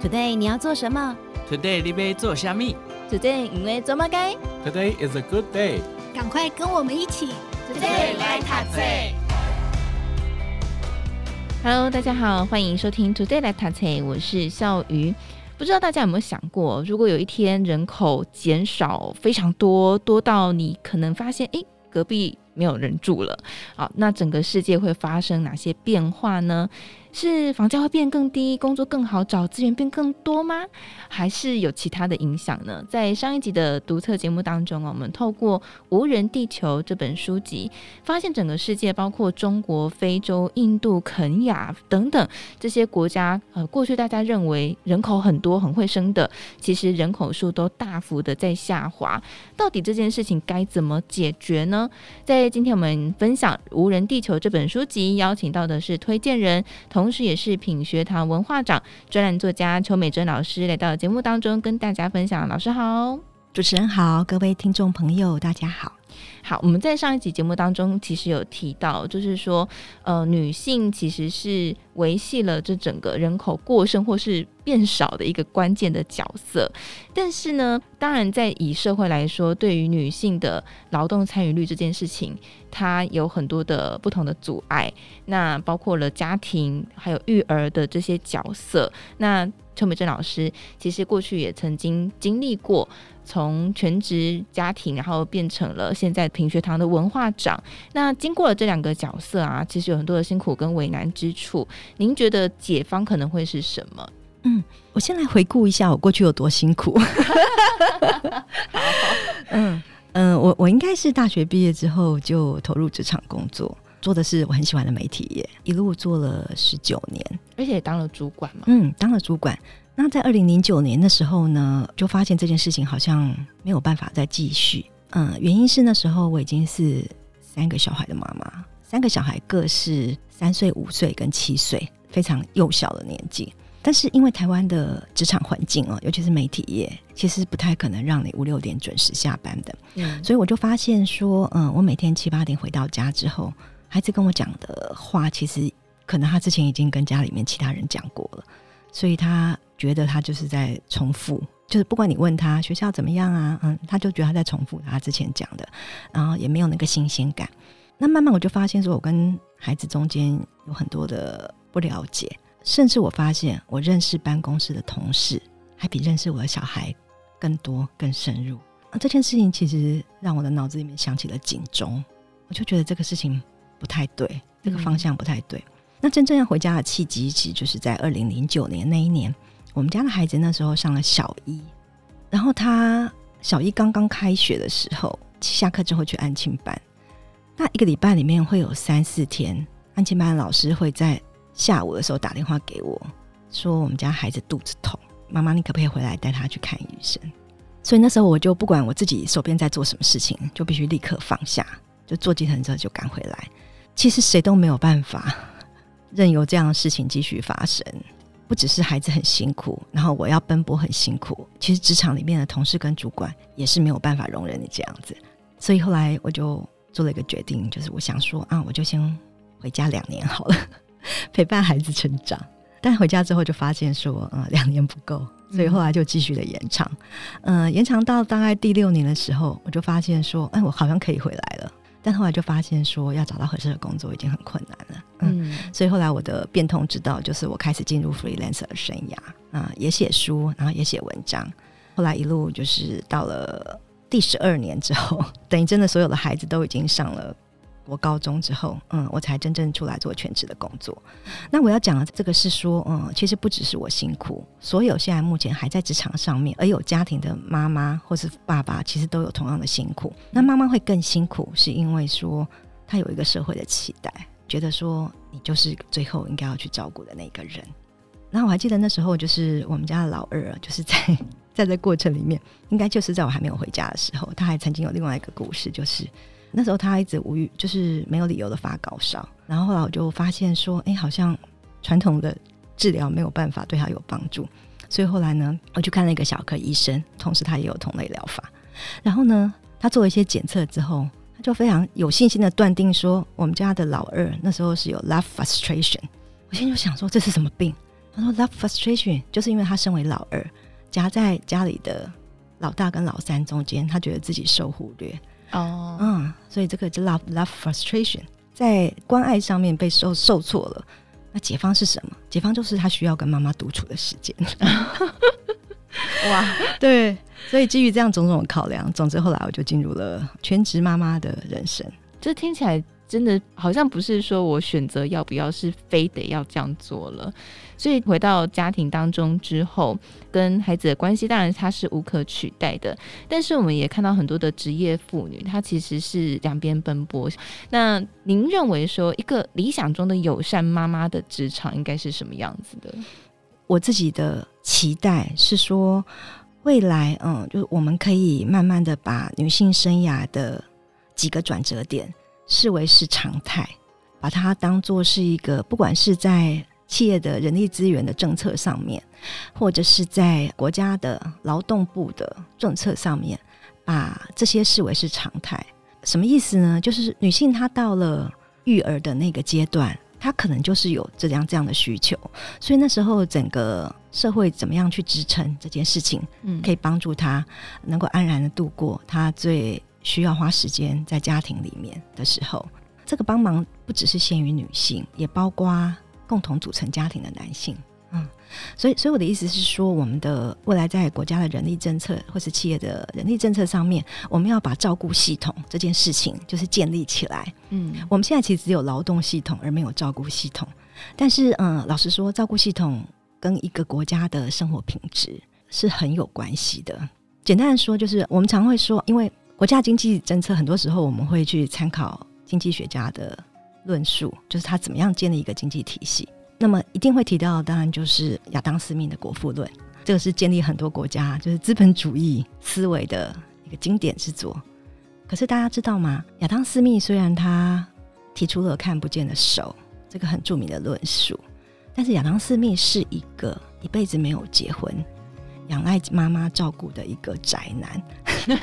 Today 你要做什么？ Today 你要做什么？ Today 因为做乜该？ Today is a good day。 赶快跟我们一起 Today 来读册。 Hello， 大家好，欢迎收听 Today 来读册，我是笑瑜。不知道大家有没有想过，如果有一天人口减少非常多，多到你可能发现，隔壁没有人住了，好，那整个世界会发生哪些变化呢？是房价会变更低，工作更好找，资源变更多吗？还是有其他的影响呢？在上一集的读册节目当中，我们透过《无人地球》这本书籍，发现整个世界包括中国、非洲、印度、肯亚等等这些国家，过去大家认为人口很多很会生的，其实人口数都大幅的在下滑。到底这件事情该怎么解决呢？在今天我们分享《无人地球》这本书籍，邀请到的是推荐人，同时也是品学堂文化长、专栏作家邱美珍老师来到节目当中跟大家分享。老师好。 主持人好，各位听众朋友大家好。 好，我们在上一集节目当中其实有提到，就是说女性其实是维系了这整个人口过剩或是变少的一个关键的角色。但是呢，当然在以社会来说，对于女性的劳动参与率这件事情，它有很多的不同的阻碍，那包括了家庭还有育儿的这些角色。那邱美珍老师其实过去也曾经经历过从全职家庭然后变成了现在品学堂的文化长，那经过了这两个角色啊，其实有很多的辛苦跟为难之处，您觉得解方可能会是什么？ 我先来回顾一下我过去有多辛苦。我应该是大学毕业之后就投入职场工作，做的是我很喜欢的媒体业，一路做了19年， 而且也当了主管嘛。 当了主管。那在2009年的时候呢，就发现这件事情好像没有办法再继续。原因是那时候我已经是3个小孩的妈妈，3个小孩各是3岁、5岁跟7岁，非常幼小的年纪。但是因为台湾的职场环境尤其是媒体业，其实不太可能让你5、6点准时下班的。所以我就发现说，我每天7、8点回到家之后，孩子跟我讲的话，其实可能他之前已经跟家里面其他人讲过了，所以他觉得他就是在重复，就是不管你问他学校怎么样啊，他就觉得他在重复他之前讲的，然后也没有那个新鲜感。那慢慢我就发现说，我跟孩子中间有很多的不了解，甚至我发现我认识办公室的同事还比认识我的小孩更多更深入。这件事情其实让我的脑子里面响起了警钟，我就觉得这个事情不太对，这个方向不太对。那真正要回家的契机其实就是在2009年那一年，我们家的孩子那时候上了小一，然后他小一刚刚开学的时候，下课之后去安亲班，那1个礼拜里面会有3、4天，安亲班的老师会在下午的时候打电话给我，说我们家孩子肚子痛，妈妈你可不可以回来带他去看医生。所以那时候我就不管我自己手边在做什么事情，就必须立刻放下，就坐计程车就赶回来。其实谁都没有办法任由这样的事情继续发生，不只是孩子很辛苦，然后我要奔波很辛苦，其实职场里面的同事跟主管也是没有办法容忍你这样子。所以后来我就做了一个决定，就是我想说我就先回家2年好了，陪伴孩子成长。但回家之后就发现说2年不够，所以后来就继续的延长。延长到大概第6年的时候，我就发现说我好像可以回来了，但后来就发现说要找到合适的工作已经很困难了。所以后来我的变通之道就是我开始进入 freelancer 的生涯，也写书，然后也写文章。后来一路就是到了第12年之后，等于真的所有的孩子都已经上了国高中之后，我才真正出来做全职的工作。那我要讲的这个是说，其实不只是我辛苦，所有现在目前还在职场上面而有家庭的妈妈或是爸爸，其实都有同样的辛苦。那妈妈会更辛苦，是因为说她有一个社会的期待，觉得说你就是最后应该要去照顾的那个人。然后我还记得那时候就是我们家的老二，就是在这过程里面，应该就是在我还没有回家的时候，他还曾经有另外一个故事，就是那时候他一直无语，就是没有理由的发高烧。然后后来我就发现说好像传统的治疗没有办法对他有帮助，所以后来呢我去看了一个小儿科医生，同时他也有同类疗法。然后呢他做了一些检测之后，他就非常有信心的断定说我们家的老二那时候是有 love frustration。我现在就想说这是什么病， 他说 love frustration 就是因为他身为老二，夹在家里的老大跟老三中间，他觉得自己受忽略所以这个就 love frustration 在关爱上面被受挫了。那解放是什么？解放就是他需要跟妈妈独处的时间哇，对，所以基于这样种种的考量，总之后来我就进入了全职妈妈的人生。 这听起来真的好像不是说我选择要不要，是非得要这样做了。所以回到家庭当中之后，跟孩子的关系当然它是无可取代的，但是我们也看到很多的职业妇女，她其实是两边奔波。那您认为说一个理想中的友善妈妈的职场应该是什么样子的？ 我自己的期待是说未来就是我们可以慢慢的把女性生涯的几个转折点视为是常态，把它当作是一个不管是在企业的人力资源的政策上面，或者是在国家的劳动部的政策上面，把这些视为是常态。什么意思呢？就是女性她到了育儿的那个阶段，她可能就是有这样的需求，所以那时候整个社会怎么样去支撑这件事情，可以帮助她能够安然的度过她最需要花时间在家庭里面的时候。这个帮忙不只是限于女性，也包括共同组成家庭的男性。所以我的意思是说，我们的未来在国家的人力政策或是企业的人力政策上面，我们要把照顾系统这件事情就是建立起来。我们现在其实只有劳动系统而没有照顾系统，但是老实说，照顾系统跟一个国家的生活品质是很有关系的。简单的说，就是我们常会说，因为国家经济政策很多时候我们会去参考经济学家的论述，就是他怎么样建立一个经济体系。那么一定会提到的当然就是亚当斯密的国富论，这个是建立很多国家就是资本主义思维的一个经典之作。可是大家知道吗？亚当斯密虽然他提出了看不见的手这个很著名的论述，但是亚当斯密是一个一辈子没有结婚，仰赖妈妈照顾的一个宅男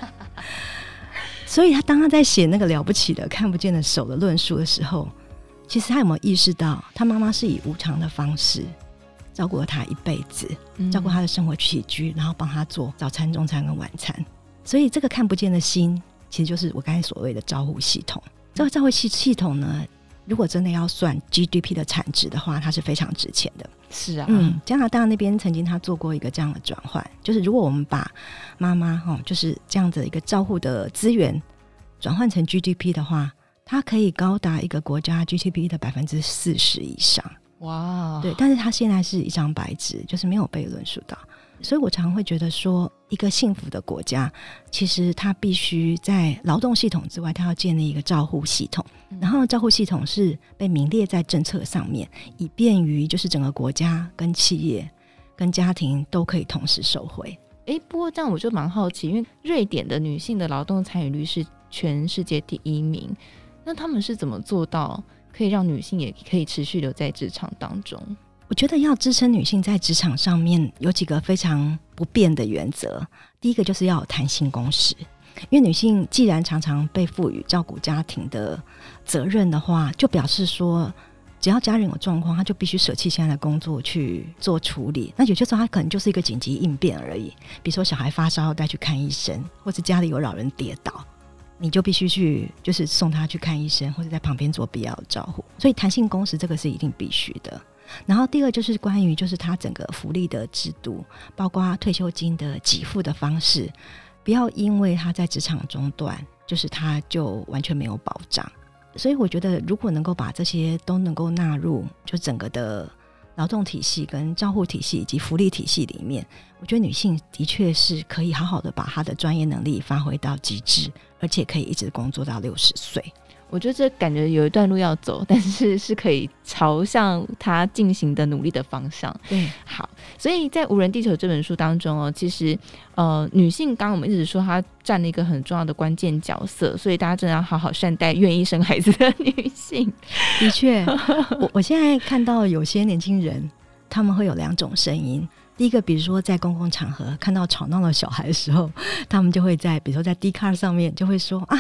所以当他在写那个了不起的看不见的手的论述的时候，其实他有没有意识到他妈妈是以无偿的方式照顾了他一辈子，照顾他的生活起居，然后帮他做早餐中餐跟晚餐。所以这个看不见的心其实就是我刚才所谓的照护系统。这个照护系统呢，如果真的要算 GDP 的产值的话，它是非常值钱的。 是啊， 加拿大那边曾经他做过一个这样的转换，就是如果我们把妈妈就是这样的一个照护的资源转换成 GDP 的话，它可以高达一个国家 GDP 的40%以上。 哇， 对，但是它现在是一张白纸，就是没有被论述到。所以我常会觉得说，一个幸福的国家其实它必须在劳动系统之外，它要建立一个照护系统，然后照护系统是被名列在政策上面，以便于就是整个国家跟企业跟家庭都可以同时受惠。 不过这样我就蛮好奇，因为瑞典的女性的劳动参与率是全世界第1名，那他们是怎么做到可以让女性也可以持续留在职场当中？ 我觉得要支撑女性在职场上面有几个非常不变的原则。第一个就是要有弹性工时，因为女性既然常常被赋予照顾家庭的责任的话，就表示说只要家人有状况，她就必须舍弃现在的工作去做处理。那有些时候她可能就是一个紧急应变而已，比如说小孩发烧要带去看医生，或者家里有老人跌倒，你就必须去就是送他去看医生，或者在旁边做必要的照护。所以弹性工时这个是一定必须的。然后第二就是关于就是他整个福利的制度，包括退休金的给付的方式，不要因为他在职场中断，就是他就完全没有保障。所以我觉得如果能够把这些都能够纳入就整个的劳动体系跟照护体系以及福利体系里面，我觉得女性的确是可以好好的把她的专业能力发挥到极致，而且可以一直工作到60岁。 我觉得这感觉有一段路要走，但是是可以朝向它进行的努力的方向。 对， 好，所以在《无人地球》这本书当中其实女性刚刚我们一直说她占了一个很重要的关键角色，所以大家真的要好好善待愿意生孩子的女性。 的确我现在看到有些年轻人他们会有2种声音。第一个，比如说在公共场合看到吵闹的小孩的时候，他们就会在比如说在 Dcard 上面就会说啊，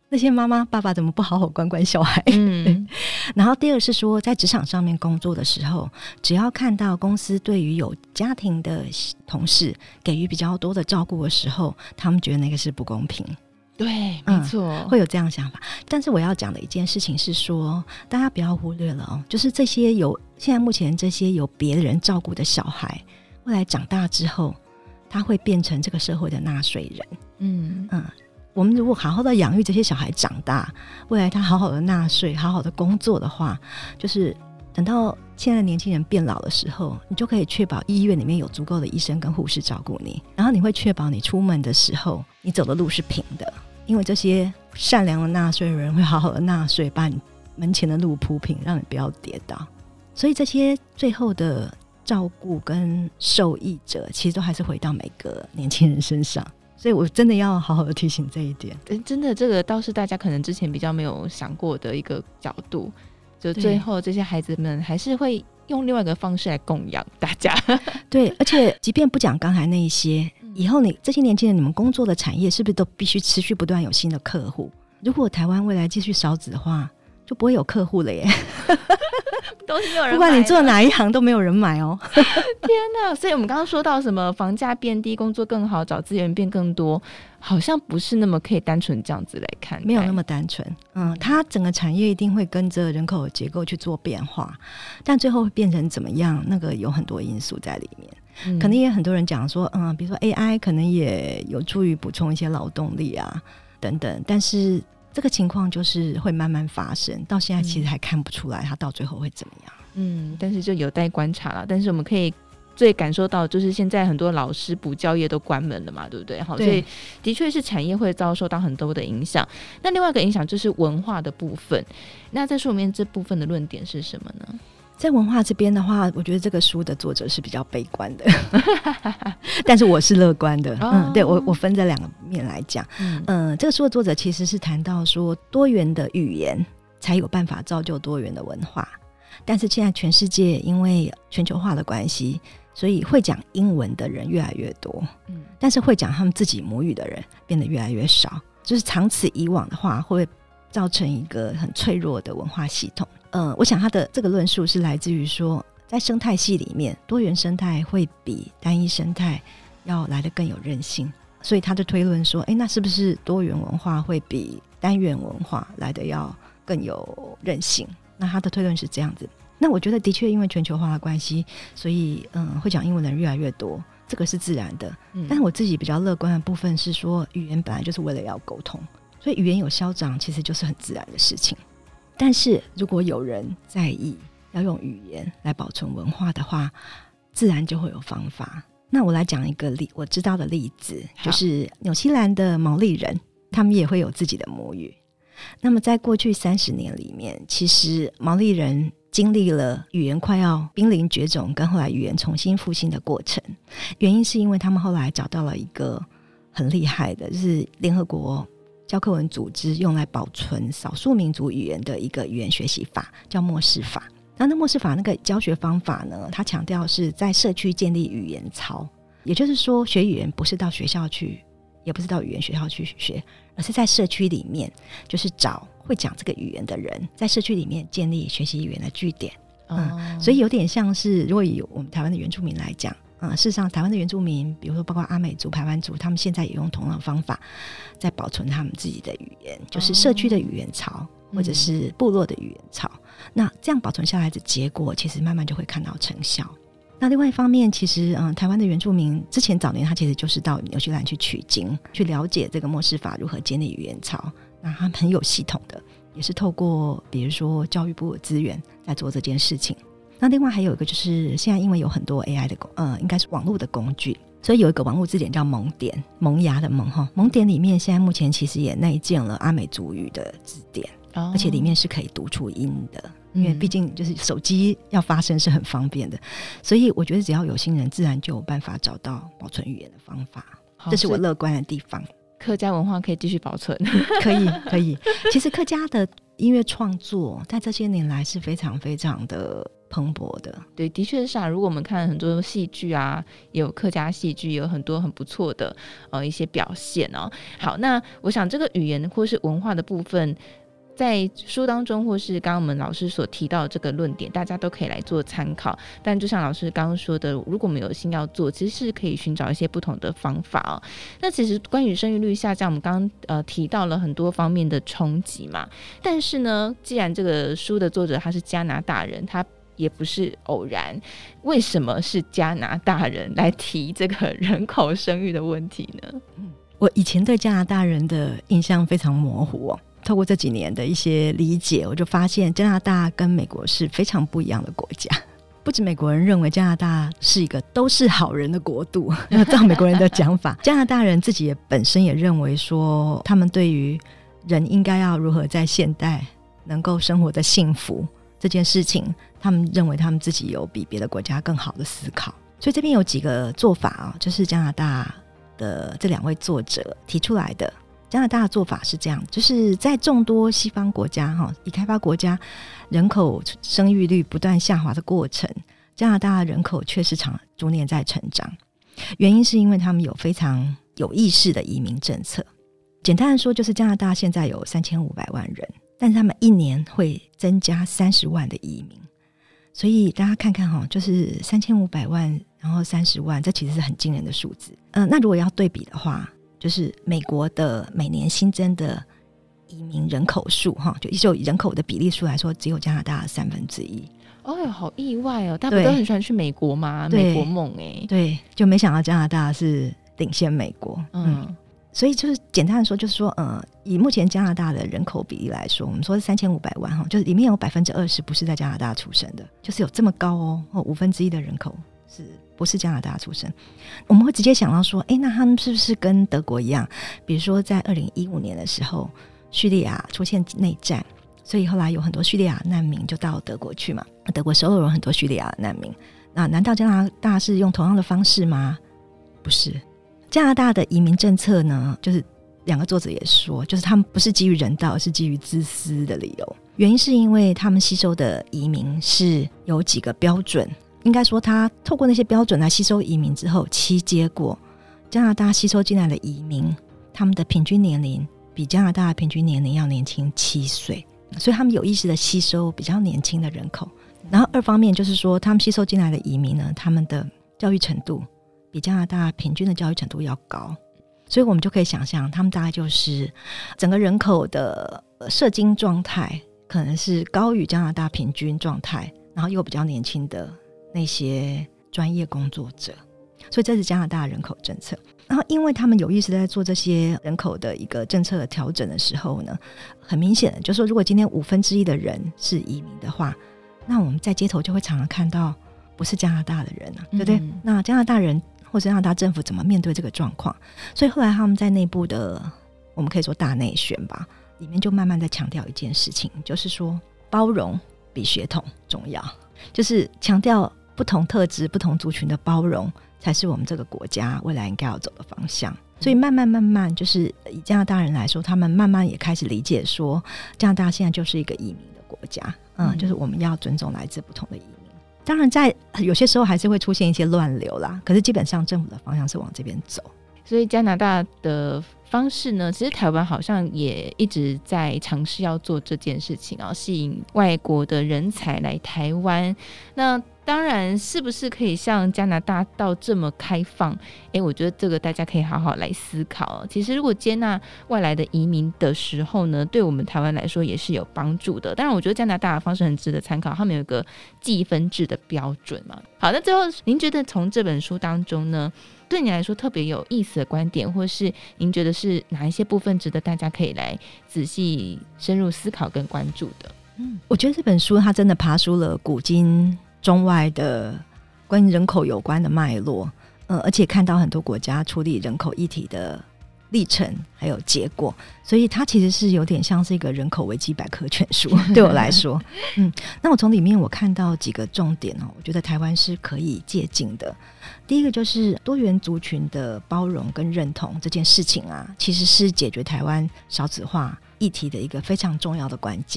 那些妈妈爸爸怎么不好好管管小孩？然后第二是说，在职场上面工作的时候，只要看到公司对于有家庭的同事给予比较多的照顾的时候，他们觉得那个是不公平。 对，没错， 会有这样想法。但是我要讲的一件事情是说，大家不要忽略了哦，就是现在目前这些有别人照顾的小孩，未来长大之后，他会变成这个社会的纳税人。我们如果好好的养育这些小孩长大，未来他好好的纳税，好好的工作的话，就是等到现在的年轻人变老的时候，你就可以确保医院里面有足够的医生跟护士照顾你，然后你会确保你出门的时候你走的路是平的，因为这些善良的纳税人会好好的纳税，把你门前的路铺平，让你不要跌倒。所以这些最后的照顾跟受益者其实都还是回到每个年轻人身上，所以我真的要好好的提醒这一点。 真的，这个倒是大家可能之前比较没有想过的一个角度，就最后这些孩子们还是会用另外一个方式来供养大家。 对，而且即便不讲刚才那一些，以后你这些年轻人，你们工作的产业是不是都必须持续不断有新的客户？如果台湾未来继续少子的话，就不会有客户了耶。 都是没有人买， 不管你做哪一行都没有人买哦。 天哪！所以我们刚刚说到什么房价变低，工作更好，找资源变更多，好像不是那么可以单纯这样子来看， 没有那么单纯。它整个产业一定会跟着人口结构去做变化，但最后会变成怎么样，那个有很多因素在里面。可能也很多人讲说，比如说 AI 可能也有助于补充一些劳动力啊等等，但是这个情况就是会慢慢发生，到现在其实还看不出来它到最后会怎么样。 但是就有待观察了。但是我们可以最感受到，就是现在很多老师补教业都关门了嘛，对不对？好，所以的确是产业会遭受到很多的影响。那另外一个影响就是文化的部分。那在书里面这部分的论点是什么呢？ 在文化这边的话，我觉得这个书的作者是比较悲观的，但是我是乐观的。对，我分这两个面来讲。这个书的作者其实是谈到说，多元的语言才有办法造就多元的文化。但是现在全世界因为全球化的关系，所以会讲英文的人越来越多，但是会讲他们自己母语的人变得越来越少。就是长此以往的话，会造成一个很脆弱的文化系统。我想他的这个论述是来自于说，在生态系里面，多元生态会比单一生态要来得更有韧性，所以他就推论说，那是不是多元文化会比单元文化来得要更有韧性？那他的推论是这样子。那我觉得的确因为全球化的关系，所以会讲英文的人越来越多，这个是自然的。但是我自己比较乐观的部分是说，语言本来就是为了要沟通，所以语言有消长其实就是很自然的事情。但是如果有人在意要用语言来保存文化的话，自然就会有方法。那我来讲一个我知道的例子，就是纽西兰的毛利人，他们也会有自己的母语。那么在过去30年里面，其实毛利人经历了语言快要濒临绝种跟后来语言重新复兴的过程。原因是因为他们后来找到了一个很厉害的，就是联合国教科文组织用来保存少数民族语言的一个语言学习法，叫默示法。那默示法那个教学方法呢，它强调是在社区建立语言巢，也就是说学语言不是到学校去，也不是到语言学校去学，而是在社区里面，就是找会讲这个语言的人，在社区里面建立学习语言的据点。所以有点像是，如果以我们台湾的原住民来讲，事实上台湾的原住民，比如说包括阿美族、排湾族，他们现在也用同样的方法在保存他们自己的语言，就是社区的语言巢，或者是部落的语言巢。那这样保存下来的结果，其实慢慢就会看到成效。那另外一方面，其实台湾的原住民之前早年他其实就是到纽西兰去取经，去了解这个默示法如何建立语言巢。那他们很有系统的，也是透过比如说教育部的资源在做这件事情。那另外还有一个就是现在因为有很多 AI 的应该是网络的工具，所以有一个网络字典叫萌点，萌芽的萌哈。萌点里面现在目前其实也内建了阿美族语的字典，而且里面是可以读出音的。因为毕竟就是手机要发声是很方便的，所以我觉得只要有心人，自然就有办法找到保存语言的方法。这是我乐观的地方。 客家文化可以继续保存， 可以。其实客家的音乐创作在这些年来是非常非常的蓬勃的。 对，的确是啊。如果我们看很多戏剧啊，也有客家戏剧，也有很多很不错的一些表现哦。好，那我想这个语言或是文化的部分，在书当中或是刚刚我们老师所提到的这个论点，大家都可以来做参考。但就像老师刚刚说的，如果我们有心要做，其实是可以寻找一些不同的方法哦。那其实关于生育率下降，我们刚刚提到了很多方面的冲击嘛。但是呢，既然这个书的作者他是加拿大人，他也不是偶然，为什么是加拿大人来提这个人口生育的问题呢？ 我以前对加拿大人的印象非常模糊哦。透过这几年的一些理解，我就发现加拿大跟美国是非常不一样的国家。不止美国人认为加拿大是一个都是好人的国度，照美国人的讲法，加拿大人自己也本身也认为说，他们对于人应该要如何在现代能够生活的幸福这件事情，他们认为他们自己有比别的国家更好的思考。所以这边有几个做法就是加拿大的这2位作者提出来的。加拿大的做法是这样，就是在众多西方国家已开发国家人口生育率不断下滑的过程，加拿大的人口却是逐年在成长。原因是因为他们有非常有意识的移民政策。简单的说，就是加拿大现在有3500万人，但是他们一年会增加30万的移民。所以大家看看就是3500万然后30万，这其实是很惊人的数字。那如果要对比的话，就是美国的每年新增的移民人口数就以人口的比例数来说，只有加拿大的1/3。 哦，好意外哦！大家不都很喜欢去美国吗？美国梦对，就没想到加拿大是领先美国。所以就是简单的说，就是说以目前加拿大的人口比例来说，我们说是3500万就是里面有20%不是在加拿大出生的，就是有这么高1/5的人口是不是加拿大出生。我们会直接想到说，那他们是不是跟德国一样，比如说在2015年的时候叙利亚出现内战，所以后来有很多叙利亚难民就到德国去嘛，德国收容很多叙利亚难民。那难道加拿大是用同样的方式吗？不是。加拿大的移民政策呢，就是2个作者也说，就是他们不是基于人道，而是基于自私的理由。原因是因为他们吸收的移民是有几个标准，应该说他透过那些标准来吸收移民之后，其结果加拿大吸收进来的移民，他们的平均年龄比加拿大的平均年龄要年轻7岁，所以他们有意识的吸收比较年轻的人口。然后2方面就是说，他们吸收进来的移民呢，他们的教育程度比加拿大平均的教育程度要高，所以我们就可以想象，他们大概就是整个人口的社经状态可能是高于加拿大平均状态，然后又比较年轻的那些专业工作者。所以这是加拿大人口政策。然后因为他们有意识在做这些人口的一个政策的调整的时候呢，很明显的就是说，如果今天1/5的人是移民的话，那我们在街头就会常常看到不是加拿大的人对不对？那加拿大人或者加拿大政府怎么面对这个状况？所以后来他们在内部的，我们可以说大内宣吧，里面就慢慢在强调一件事情，就是说包容比血统重要，就是强调不同特质不同族群的包容才是我们这个国家未来应该要走的方向。所以慢慢就是以加拿大人来说，他们慢慢也开始理解说，加拿大现在就是一个移民的国家，就是我们要尊重来自不同的移民。当然在有些时候还是会出现一些乱流啦，可是基本上政府的方向是往这边走。 所以加拿大的方式呢，其实台湾好像也一直在尝试要做这件事情吸引外国的人才来台湾。那当然是不是可以像加拿大到这么开放，我觉得这个大家可以好好来思考。其实如果接纳外来的移民的时候呢，对我们台湾来说也是有帮助的。当然我觉得加拿大的方式很值得参考，他们有一个计分制的标准嘛。好，那最后您觉得从这本书当中呢，对你来说特别有意思的观点，或是您觉得是哪一些部分值得大家可以来仔细深入思考跟关注的？ 我觉得这本书它真的爬出了古今中外的关于人口有关的脉络，而且看到很多国家处理人口议题的历程还有结果，所以它其实是有点像是一个人口危机百科全书对我来说那我从里面我看到几个重点我觉得台湾是可以借鉴的。第一个就是多元族群的包容跟认同这件事情其实是解决台湾少子化议题的一个非常重要的关键。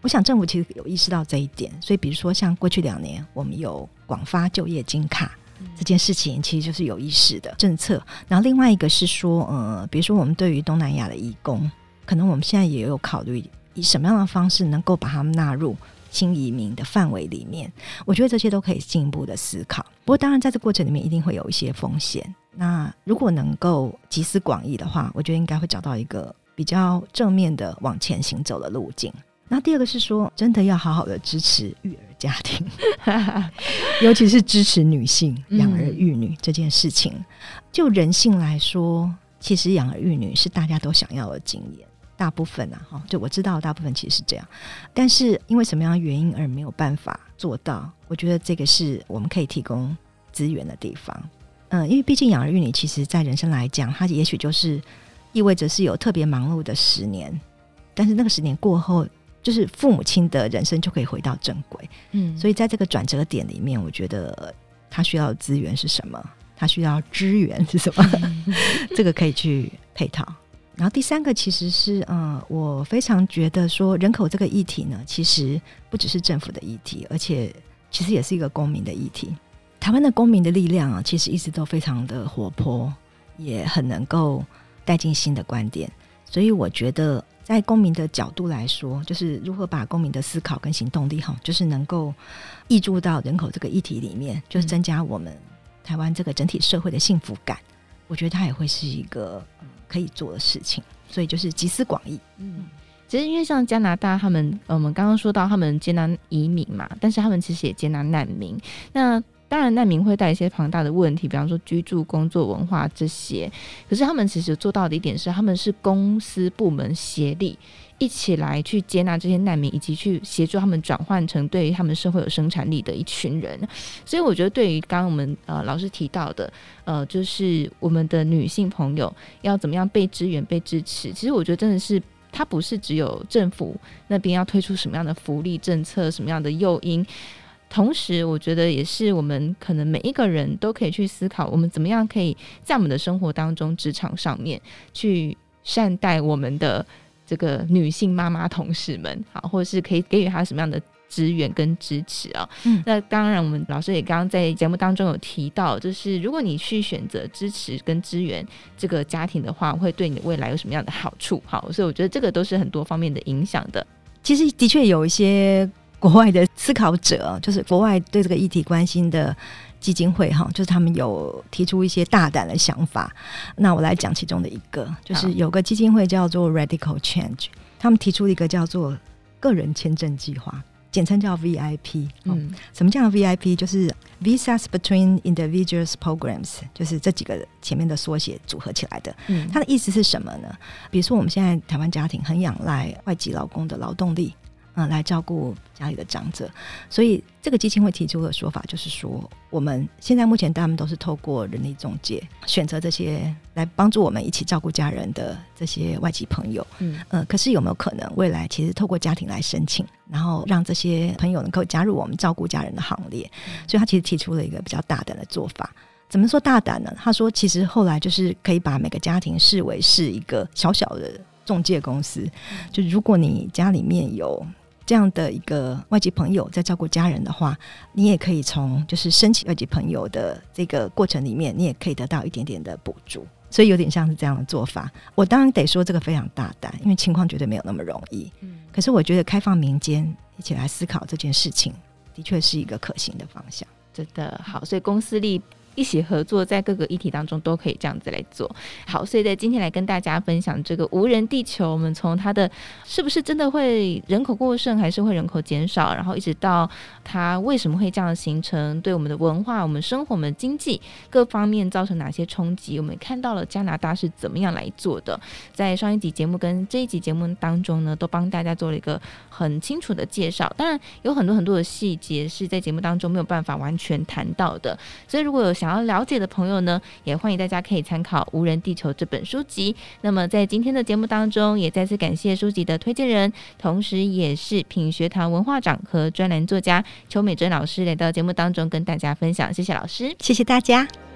我想政府其实有意识到这一点，所以比如说像过去2年我们有广发就业金卡，这件事情其实就是有意识的政策。然后另外一个是说比如说我们对于东南亚的移工，可能我们现在也有考虑以什么样的方式能够把他们纳入新移民的范围里面，我觉得这些都可以进一步的思考。不过当然在这过程里面一定会有一些风险，那如果能够集思广益的话，我觉得应该会找到一个比较正面的往前行走的路径。那第二个是说真的要好好的支持育儿家庭尤其是支持女性养儿育女这件事情。就人性来说，其实养儿育女是大家都想要的经验，大部分就我知道大部分其实是这样，但是因为什么样的原因而没有办法做到，我觉得这个是我们可以提供资源的地方。因为毕竟养儿育女其实在人生来讲，它也许就是意味着是有特别忙碌的10年，但是那个10年过后，就是父母亲的人生就可以回到正轨。所以在这个转折点里面，我觉得他需要的资源是什么，他需要支援是什么这个可以去配套。然后第3个其实是我非常觉得说人口这个议题呢，其实不只是政府的议题，而且其实也是一个公民的议题。台湾的公民的力量其实一直都非常的活泼，也很能够带进新的观点。所以我觉得在公民的角度来说，就是如何把公民的思考跟行动力就是能够挹注到人口这个议题里面，就是增加我们台湾这个整体社会的幸福感，我觉得它也会是一个可以做的事情。所以就是集思广益。 其实因为像加拿大他们我们刚刚说到他们接纳移民嘛，但是他们其实也接纳难民。那当然难民会带一些庞大的问题，比方说居住、工作、文化这些，可是他们其实做到的一点是他们是公私部门协力一起来去接纳这些难民，以及去协助他们转换成对于他们社会有生产力的一群人。所以我觉得对于刚刚我们老师提到的就是我们的女性朋友要怎么样被支援被支持，其实我觉得真的是它不是只有政府那边要推出什么样的福利政策什么样的诱因，同时我觉得也是我们可能每一个人都可以去思考，我们怎么样可以在我们的生活当中职场上面去善待我们的这个女性妈妈同事们，好，或者是可以给予她什么样的支援跟支持那当然我们老师也刚刚在节目当中有提到，就是如果你去选择支持跟支援这个家庭的话，会对你的未来有什么样的好处。好，所以我觉得这个都是很多方面的影响的。 其实的确有一些国外的思考者，就是国外对这个议题关心的基金会就是他们有提出一些大胆的想法。那我来讲其中的一个，就是有个基金会叫做 Radical Change， 他们提出一个叫做个人签证计划，简称叫 VIP。什么叫 VIP？ 就是 Visas Between Individuals Programs， 就是这几个前面的缩写组合起来的。它的意思是什么呢？比如说我们现在台湾家庭很仰赖外籍劳工的劳动力来照顾家里的长者，所以这个基金会提出的说法就是说，我们现在目前他们都是透过人力中介选择这些来帮助我们一起照顾家人的这些外籍朋友。可是有没有可能未来其实透过家庭来申请，然后让这些朋友能够加入我们照顾家人的行列？所以他其实提出了一个比较大胆的做法。怎么说大胆呢？他说其实后来就是可以把每个家庭视为是一个小小的中介公司，就如果你家里面有这样的一个外籍朋友在照顾家人的话，你也可以从就是申请外籍朋友的这个过程里面，你也可以得到一点点的补助。所以有点像是这样的做法。我当然得说这个非常大胆，因为情况绝对没有那么容易。可是我觉得开放民间一起来思考这件事情，的确是一个可行的方向。 真的好，所以公私立一起合作，在各个议题当中都可以这样子来做。好，所以在今天来跟大家分享这个无人地球，我们从它的是不是真的会人口过剩，还是会人口减少，然后一直到它为什么会这样形成，对我们的文化、我们生活、我们经济各方面造成哪些冲击，我们看到了加拿大是怎么样来做的。在上一集节目跟这一集节目当中呢，都帮大家做了一个很清楚的介绍。当然有很多很多的细节是在节目当中没有办法完全谈到的，所以如果有想要了解的朋友呢，也欢迎大家可以参考《无人地球》这本书籍。那么在今天的节目当中，也再次感谢书籍的推荐人，同时也是品学堂文化长和专栏作家邱美珍老师来到节目当中跟大家分享。谢谢老师， 谢谢大家。